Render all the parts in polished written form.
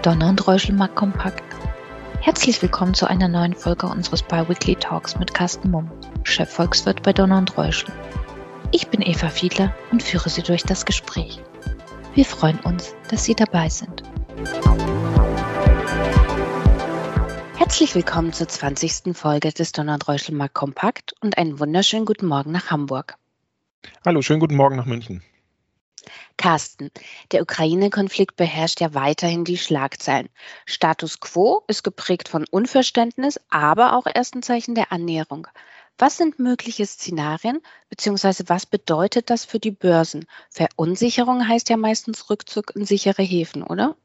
Donner und Reuschelmark kompakt. Herzlich willkommen zu einer neuen Folge unseres Bi-Weekly Talks mit Carsten Mumm, Chefvolkswirt bei Donner und Reuschel. Ich bin Eva Fiedler und führe Sie durch das Gespräch. Wir freuen uns, dass Sie dabei sind. Herzlich willkommen zur 20. Folge des Donner und Reuschelmark kompakt und einen wunderschönen guten Morgen nach Hamburg. Hallo, schönen guten Morgen nach München. Carsten, der Ukraine-Konflikt beherrscht ja weiterhin die Schlagzeilen. Status quo ist geprägt von Unverständnis, aber auch ersten Zeichen der Annäherung. Was sind mögliche Szenarien, beziehungsweise was bedeutet das für die Börsen? Verunsicherung heißt ja meistens Rückzug in sichere Häfen, oder?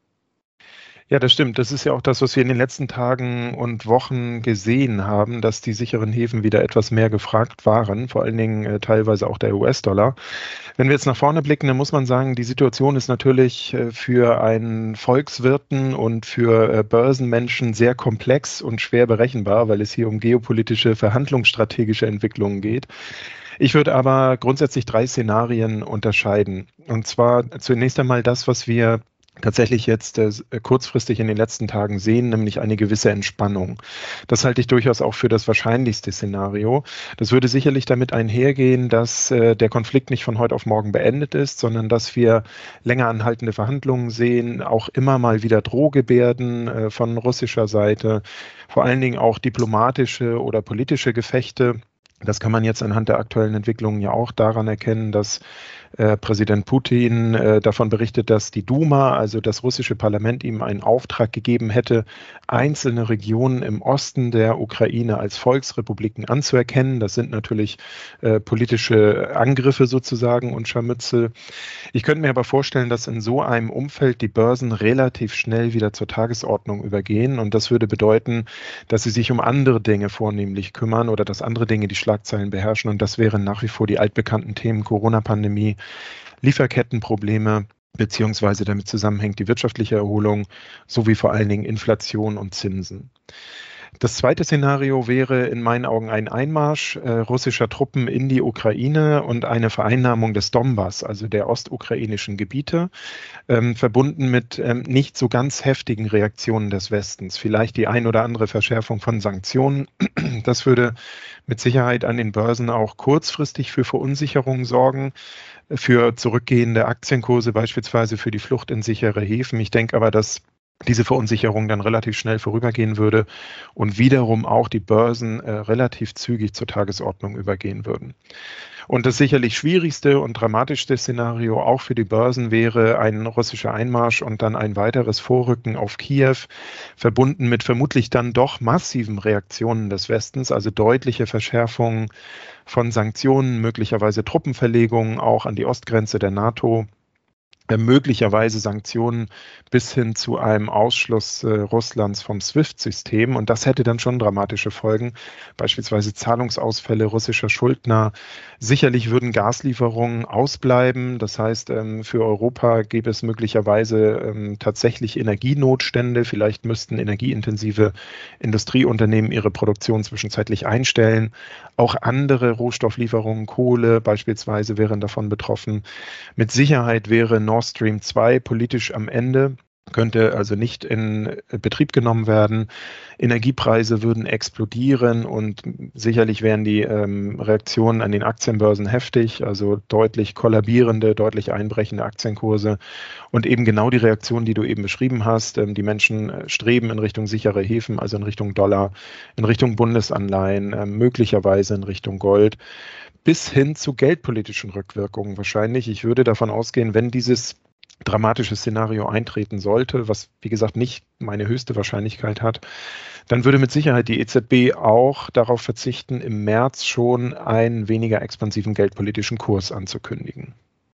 Ja, das stimmt. Das ist ja auch das, was wir in den letzten Tagen und Wochen gesehen haben, dass die sicheren Häfen wieder etwas mehr gefragt waren, vor allen Dingen teilweise auch der US-Dollar. Wenn wir jetzt nach vorne blicken, dann muss man sagen, die Situation ist natürlich für einen Volkswirten und für Börsenmenschen sehr komplex und schwer berechenbar, weil es hier um geopolitische, verhandlungsstrategische Entwicklungen geht. Ich würde aber grundsätzlich 3 Szenarien unterscheiden. Und zwar zunächst einmal das, was wir tatsächlich jetzt kurzfristig in den letzten Tagen sehen, nämlich eine gewisse Entspannung. Das halte ich durchaus auch für das wahrscheinlichste Szenario. Das würde sicherlich damit einhergehen, dass der Konflikt nicht von heute auf morgen beendet ist, sondern dass wir länger anhaltende Verhandlungen sehen, auch immer mal wieder Drohgebärden von russischer Seite, vor allen Dingen auch diplomatische oder politische Gefechte. Das kann man jetzt anhand der aktuellen Entwicklungen ja auch daran erkennen, dass Präsident Putin davon berichtet, dass die Duma, also das russische Parlament, ihm einen Auftrag gegeben hätte, einzelne Regionen im Osten der Ukraine als Volksrepubliken anzuerkennen. Das sind natürlich politische Angriffe sozusagen und Scharmützel. Ich könnte mir aber vorstellen, dass in so einem Umfeld die Börsen relativ schnell wieder zur Tagesordnung übergehen. Und das würde bedeuten, dass sie sich um andere Dinge vornehmlich kümmern oder dass andere Dinge die Schlagzeilen beherrschen. Und das wären nach wie vor die altbekannten Themen Corona-Pandemie, Lieferkettenprobleme, beziehungsweise damit zusammenhängt die wirtschaftliche Erholung sowie vor allen Dingen Inflation und Zinsen. Das zweite Szenario wäre in meinen Augen ein Einmarsch russischer Truppen in die Ukraine und eine Vereinnahmung des Donbass, also der ostukrainischen Gebiete, verbunden mit nicht so ganz heftigen Reaktionen des Westens. Vielleicht die ein oder andere Verschärfung von Sanktionen. Das würde mit Sicherheit an den Börsen auch kurzfristig für Verunsicherung sorgen, für zurückgehende Aktienkurse, beispielsweise für die Flucht in sichere Häfen. Ich denke aber, dass diese Verunsicherung dann relativ schnell vorübergehen würde und wiederum auch die Börsen relativ zügig zur Tagesordnung übergehen würden. Und das sicherlich schwierigste und dramatischste Szenario auch für die Börsen wäre ein russischer Einmarsch und dann ein weiteres Vorrücken auf Kiew, verbunden mit vermutlich dann doch massiven Reaktionen des Westens, also deutliche Verschärfungen von Sanktionen, möglicherweise Truppenverlegungen auch an die Ostgrenze der NATO. Möglicherweise Sanktionen bis hin zu einem Ausschluss Russlands vom SWIFT-System. Und das hätte dann schon dramatische Folgen, beispielsweise Zahlungsausfälle russischer Schuldner. Sicherlich würden Gaslieferungen ausbleiben. Das heißt, für Europa gäbe es möglicherweise tatsächlich Energienotstände. Vielleicht müssten energieintensive Industrieunternehmen ihre Produktion zwischenzeitlich einstellen. Auch andere Rohstofflieferungen, Kohle beispielsweise, wären davon betroffen. Mit Sicherheit wäre Nord Stream 2 politisch am Ende, könnte also nicht in Betrieb genommen werden. Energiepreise würden explodieren und sicherlich wären die Reaktionen an den Aktienbörsen heftig, also deutlich kollabierende, deutlich einbrechende Aktienkurse und eben genau die Reaktion, die du eben beschrieben hast. Die Menschen streben in Richtung sichere Häfen, also in Richtung Dollar, in Richtung Bundesanleihen, möglicherweise in Richtung Gold, bis hin zu geldpolitischen Rückwirkungen wahrscheinlich. Ich würde davon ausgehen, wenn dieses dramatische Szenario eintreten sollte, was wie gesagt nicht meine höchste Wahrscheinlichkeit hat, dann würde mit Sicherheit die EZB auch darauf verzichten, im März schon einen weniger expansiven geldpolitischen Kurs anzukündigen.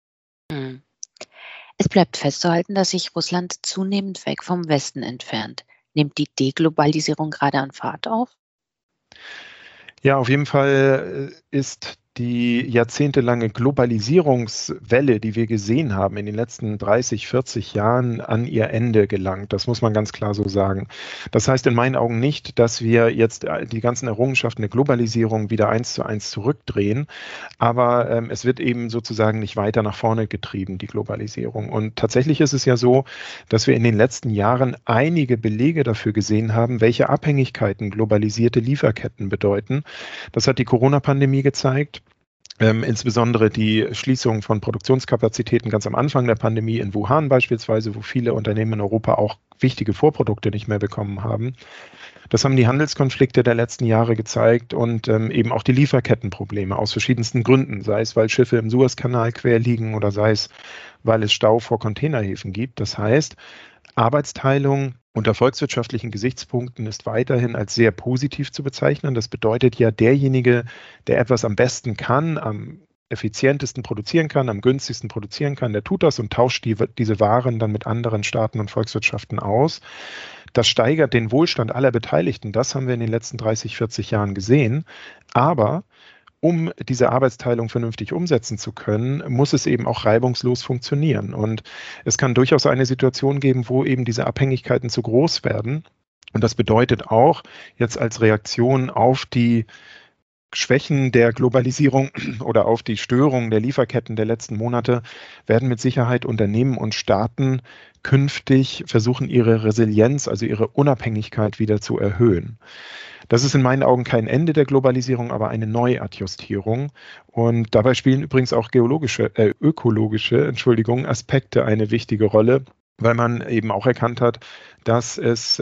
Es bleibt festzuhalten, dass sich Russland zunehmend weg vom Westen entfernt. Nimmt die Deglobalisierung gerade an Fahrt auf? Ja, auf jeden Fall ist die jahrzehntelange Globalisierungswelle, die wir gesehen haben in den letzten 30, 40 Jahren, an ihr Ende gelangt. Das muss man ganz klar so sagen. Das heißt in meinen Augen nicht, dass wir jetzt die ganzen Errungenschaften der Globalisierung wieder 1:1 zurückdrehen, aber es wird eben sozusagen nicht weiter nach vorne getrieben, die Globalisierung. Und tatsächlich ist es ja so, dass wir in den letzten Jahren einige Belege dafür gesehen haben, welche Abhängigkeiten globalisierte Lieferketten bedeuten. Das hat die Corona-Pandemie gezeigt. Insbesondere die Schließung von Produktionskapazitäten ganz am Anfang der Pandemie in Wuhan beispielsweise, wo viele Unternehmen in Europa auch wichtige Vorprodukte nicht mehr bekommen haben. Das haben die Handelskonflikte der letzten Jahre gezeigt und eben auch die Lieferkettenprobleme aus verschiedensten Gründen, sei es, weil Schiffe im Suezkanal quer liegen oder sei es, weil es Stau vor Containerhäfen gibt. Das heißt, Arbeitsteilung unter volkswirtschaftlichen Gesichtspunkten ist weiterhin als sehr positiv zu bezeichnen. Das bedeutet ja, derjenige, der etwas am besten kann, am effizientesten produzieren kann, am günstigsten produzieren kann, der tut das und tauscht diese Waren dann mit anderen Staaten und Volkswirtschaften aus. Das steigert den Wohlstand aller Beteiligten. Das haben wir in den letzten 30, 40 Jahren gesehen. Aber um diese Arbeitsteilung vernünftig umsetzen zu können, muss es eben auch reibungslos funktionieren. Und es kann durchaus eine Situation geben, wo eben diese Abhängigkeiten zu groß werden. Und das bedeutet auch jetzt als Reaktion auf die Schwächen der Globalisierung oder auf die Störungen der Lieferketten der letzten Monate werden mit Sicherheit Unternehmen und Staaten künftig versuchen, ihre Resilienz, also ihre Unabhängigkeit wieder zu erhöhen. Das ist in meinen Augen kein Ende der Globalisierung, aber eine Neuadjustierung. Und dabei spielen übrigens auch ökologische Aspekte eine wichtige Rolle, weil man eben auch erkannt hat, dass es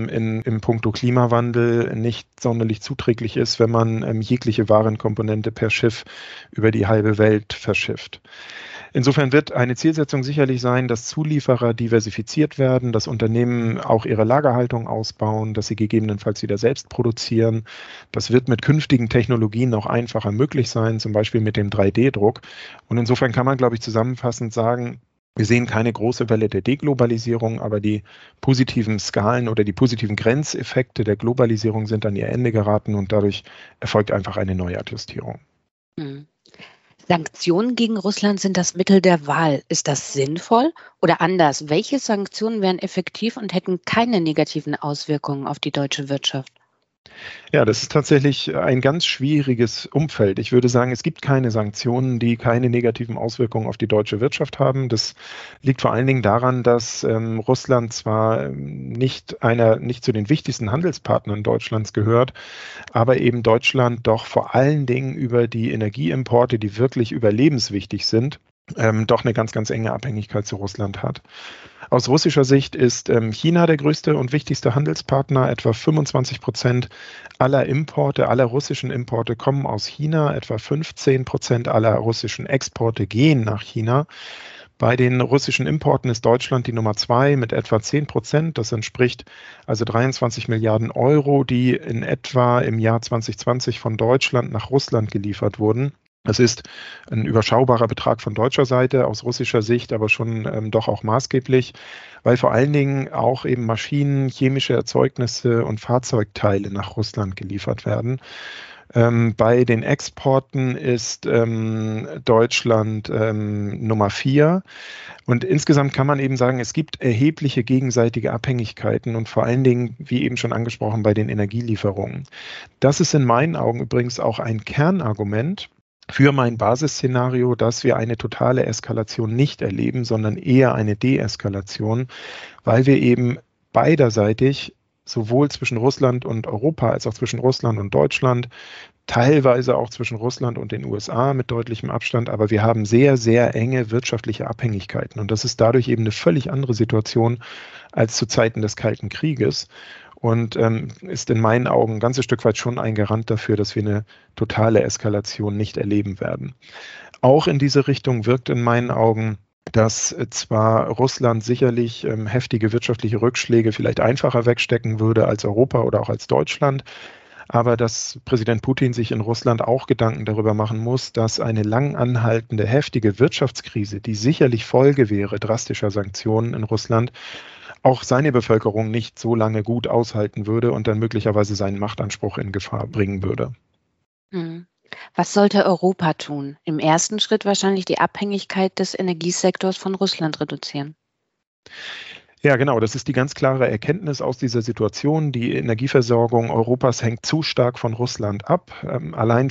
im Puncto Klimawandel nicht sonderlich zuträglich ist, wenn man jegliche Warenkomponente per Schiff über die halbe Welt verschifft. Insofern wird eine Zielsetzung sicherlich sein, dass Zulieferer diversifiziert werden, dass Unternehmen auch ihre Lagerhaltung ausbauen, dass sie gegebenenfalls wieder selbst produzieren. Das wird mit künftigen Technologien auch einfacher möglich sein, zum Beispiel mit dem 3D-Druck. Und insofern kann man, glaube ich, zusammenfassend sagen, wir sehen keine große Welle der Deglobalisierung, aber die positiven Skalen oder die positiven Grenzeffekte der Globalisierung sind an ihr Ende geraten und dadurch erfolgt einfach eine Neuadjustierung. Hm. Sanktionen gegen Russland sind das Mittel der Wahl. Ist das sinnvoll? Oder anders, welche Sanktionen wären effektiv und hätten keine negativen Auswirkungen auf die deutsche Wirtschaft? Ja, das ist tatsächlich ein ganz schwieriges Umfeld. Ich würde sagen, es gibt keine Sanktionen, die keine negativen Auswirkungen auf die deutsche Wirtschaft haben. Das liegt vor allen Dingen daran, dass Russland zwar nicht zu den wichtigsten Handelspartnern Deutschlands gehört, aber eben Deutschland doch vor allen Dingen über die Energieimporte, die wirklich überlebenswichtig sind, doch eine ganz, ganz enge Abhängigkeit zu Russland hat. Aus russischer Sicht ist China der größte und wichtigste Handelspartner. Etwa 25% aller russischen Importe kommen aus China. Etwa 15% aller russischen Exporte gehen nach China. Bei den russischen Importen ist Deutschland die Nummer 2 mit etwa 10%. Das entspricht also 23 Milliarden Euro, die in etwa im Jahr 2020 von Deutschland nach Russland geliefert wurden. Das ist ein überschaubarer Betrag von deutscher Seite, aus russischer Sicht aber schon doch auch maßgeblich, weil vor allen Dingen auch eben Maschinen, chemische Erzeugnisse und Fahrzeugteile nach Russland geliefert werden. Bei den Exporten ist Deutschland Nummer 4. Und insgesamt kann man eben sagen, es gibt erhebliche gegenseitige Abhängigkeiten und vor allen Dingen, wie eben schon angesprochen, bei den Energielieferungen. Das ist in meinen Augen übrigens auch ein Kernargument für mein Basisszenario, dass wir eine totale Eskalation nicht erleben, sondern eher eine Deeskalation, weil wir eben beiderseitig sowohl zwischen Russland und Europa als auch zwischen Russland und Deutschland, teilweise auch zwischen Russland und den USA mit deutlichem Abstand, aber wir haben sehr, sehr enge wirtschaftliche Abhängigkeiten und das ist dadurch eben eine völlig andere Situation als zu Zeiten des Kalten Krieges. Und ist in meinen Augen ein ganzes Stück weit schon ein Garant dafür, dass wir eine totale Eskalation nicht erleben werden. Auch in diese Richtung wirkt in meinen Augen, dass zwar Russland sicherlich heftige wirtschaftliche Rückschläge vielleicht einfacher wegstecken würde als Europa oder auch als Deutschland, aber dass Präsident Putin sich in Russland auch Gedanken darüber machen muss, dass eine lang anhaltende, heftige Wirtschaftskrise, die sicherlich Folge wäre drastischer Sanktionen in Russland, auch seine Bevölkerung nicht so lange gut aushalten würde und dann möglicherweise seinen Machtanspruch in Gefahr bringen würde. Was sollte Europa tun? Im ersten Schritt wahrscheinlich die Abhängigkeit des Energiesektors von Russland reduzieren. Ja, genau. Das ist die ganz klare Erkenntnis aus dieser Situation. Die Energieversorgung Europas hängt zu stark von Russland ab. Allein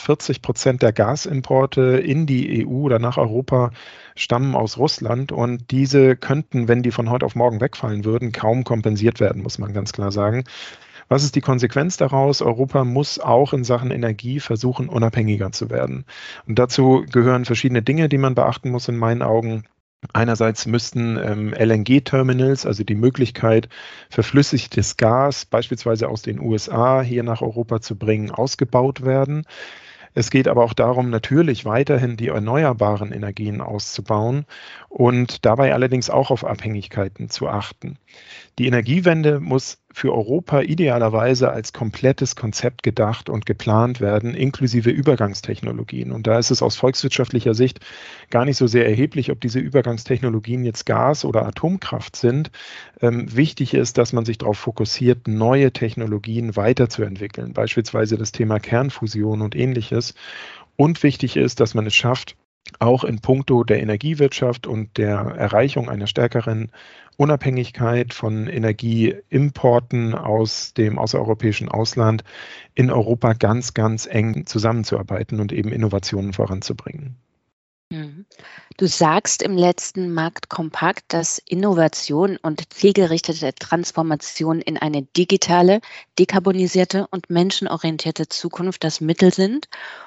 45% der Gasimporte in die EU oder nach Europa stammen aus Russland. Und diese könnten, wenn die von heute auf morgen wegfallen würden, kaum kompensiert werden, muss man ganz klar sagen. Was ist die Konsequenz daraus? Europa muss auch in Sachen Energie versuchen, unabhängiger zu werden. Und dazu gehören verschiedene Dinge, die man beachten muss in meinen Augen. Einerseits müssten LNG-Terminals, also die Möglichkeit, verflüssigtes Gas beispielsweise aus den USA hier nach Europa zu bringen, ausgebaut werden. Es geht aber auch darum, natürlich weiterhin die erneuerbaren Energien auszubauen und dabei allerdings auch auf Abhängigkeiten zu achten. Die Energiewende muss für Europa idealerweise als komplettes Konzept gedacht und geplant werden, inklusive Übergangstechnologien. Und da ist es aus volkswirtschaftlicher Sicht gar nicht so sehr erheblich, ob diese Übergangstechnologien jetzt Gas oder Atomkraft sind. Wichtig ist, dass man sich darauf fokussiert, neue Technologien weiterzuentwickeln, beispielsweise das Thema Kernfusion und ähnliches. Und wichtig ist, dass man es schafft, auch in puncto der Energiewirtschaft und der Erreichung einer stärkeren Unabhängigkeit von Energieimporten aus dem außereuropäischen Ausland in Europa ganz, ganz eng zusammenzuarbeiten und eben Innovationen voranzubringen. Mhm. Du sagst im letzten Marktkompakt, dass Innovation und zielgerichtete Transformation in eine digitale, dekarbonisierte und menschenorientierte Zukunft das Mittel sind,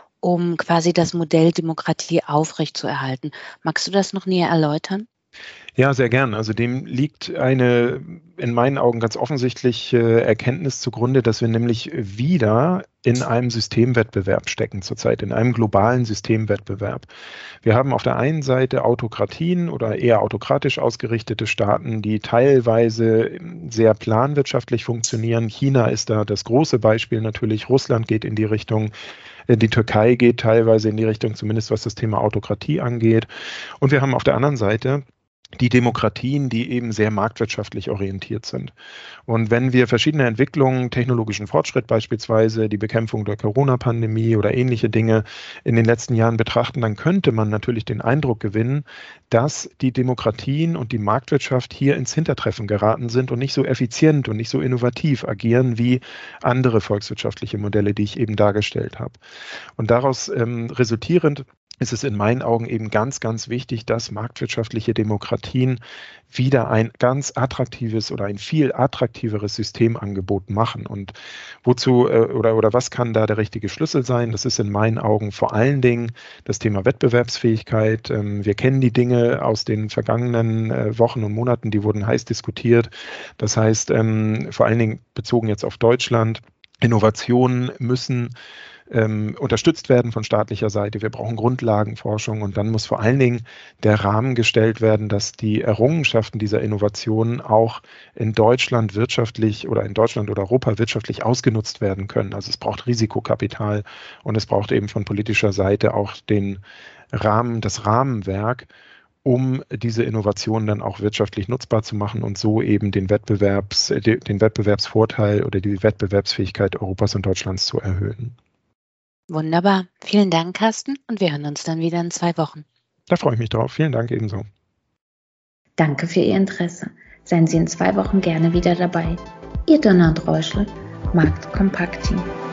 um quasi das Modell Demokratie aufrechtzuerhalten. Magst du das noch näher erläutern? Ja, sehr gern. Also dem liegt eine in meinen Augen ganz offensichtliche Erkenntnis zugrunde, dass wir nämlich wieder in einem Systemwettbewerb stecken zurzeit, in einem globalen Systemwettbewerb. Wir haben auf der einen Seite Autokratien oder eher autokratisch ausgerichtete Staaten, die teilweise sehr planwirtschaftlich funktionieren. China ist da das große Beispiel natürlich. Russland geht in die Richtung. Die Türkei geht teilweise in die Richtung, zumindest was das Thema Autokratie angeht. Und wir haben auf der anderen Seite die Demokratien, die eben sehr marktwirtschaftlich orientiert sind. Und wenn wir verschiedene Entwicklungen, technologischen Fortschritt beispielsweise, die Bekämpfung der Corona-Pandemie oder ähnliche Dinge in den letzten Jahren betrachten, dann könnte man natürlich den Eindruck gewinnen, dass die Demokratien und die Marktwirtschaft hier ins Hintertreffen geraten sind und nicht so effizient und nicht so innovativ agieren wie andere volkswirtschaftliche Modelle, die ich eben dargestellt habe. Und daraus resultierend ist es in meinen Augen eben ganz, ganz wichtig, dass marktwirtschaftliche Demokratien wieder ein ganz attraktives oder ein viel attraktiveres Systemangebot machen. Und wozu oder was kann da der richtige Schlüssel sein? Das ist in meinen Augen vor allen Dingen das Thema Wettbewerbsfähigkeit. Wir kennen die Dinge aus den vergangenen Wochen und Monaten, die wurden heiß diskutiert. Das heißt, vor allen Dingen bezogen jetzt auf Deutschland, Innovationen müssen unterstützt werden von staatlicher Seite. Wir brauchen Grundlagenforschung und dann muss vor allen Dingen der Rahmen gestellt werden, dass die Errungenschaften dieser Innovationen auch in Deutschland wirtschaftlich oder in Deutschland oder Europa wirtschaftlich ausgenutzt werden können. Also es braucht Risikokapital und es braucht eben von politischer Seite auch den Rahmen, das Rahmenwerk, um diese Innovationen dann auch wirtschaftlich nutzbar zu machen und so eben den Wettbewerbsvorteil oder die Wettbewerbsfähigkeit Europas und Deutschlands zu erhöhen. Wunderbar. Vielen Dank, Carsten, und wir hören uns dann wieder in 2 Wochen. Da freue ich mich drauf. Vielen Dank ebenso. Danke für Ihr Interesse. Seien Sie in 2 Wochen gerne wieder dabei. Ihr Donner und Reuschel, Marktkompakt-Team.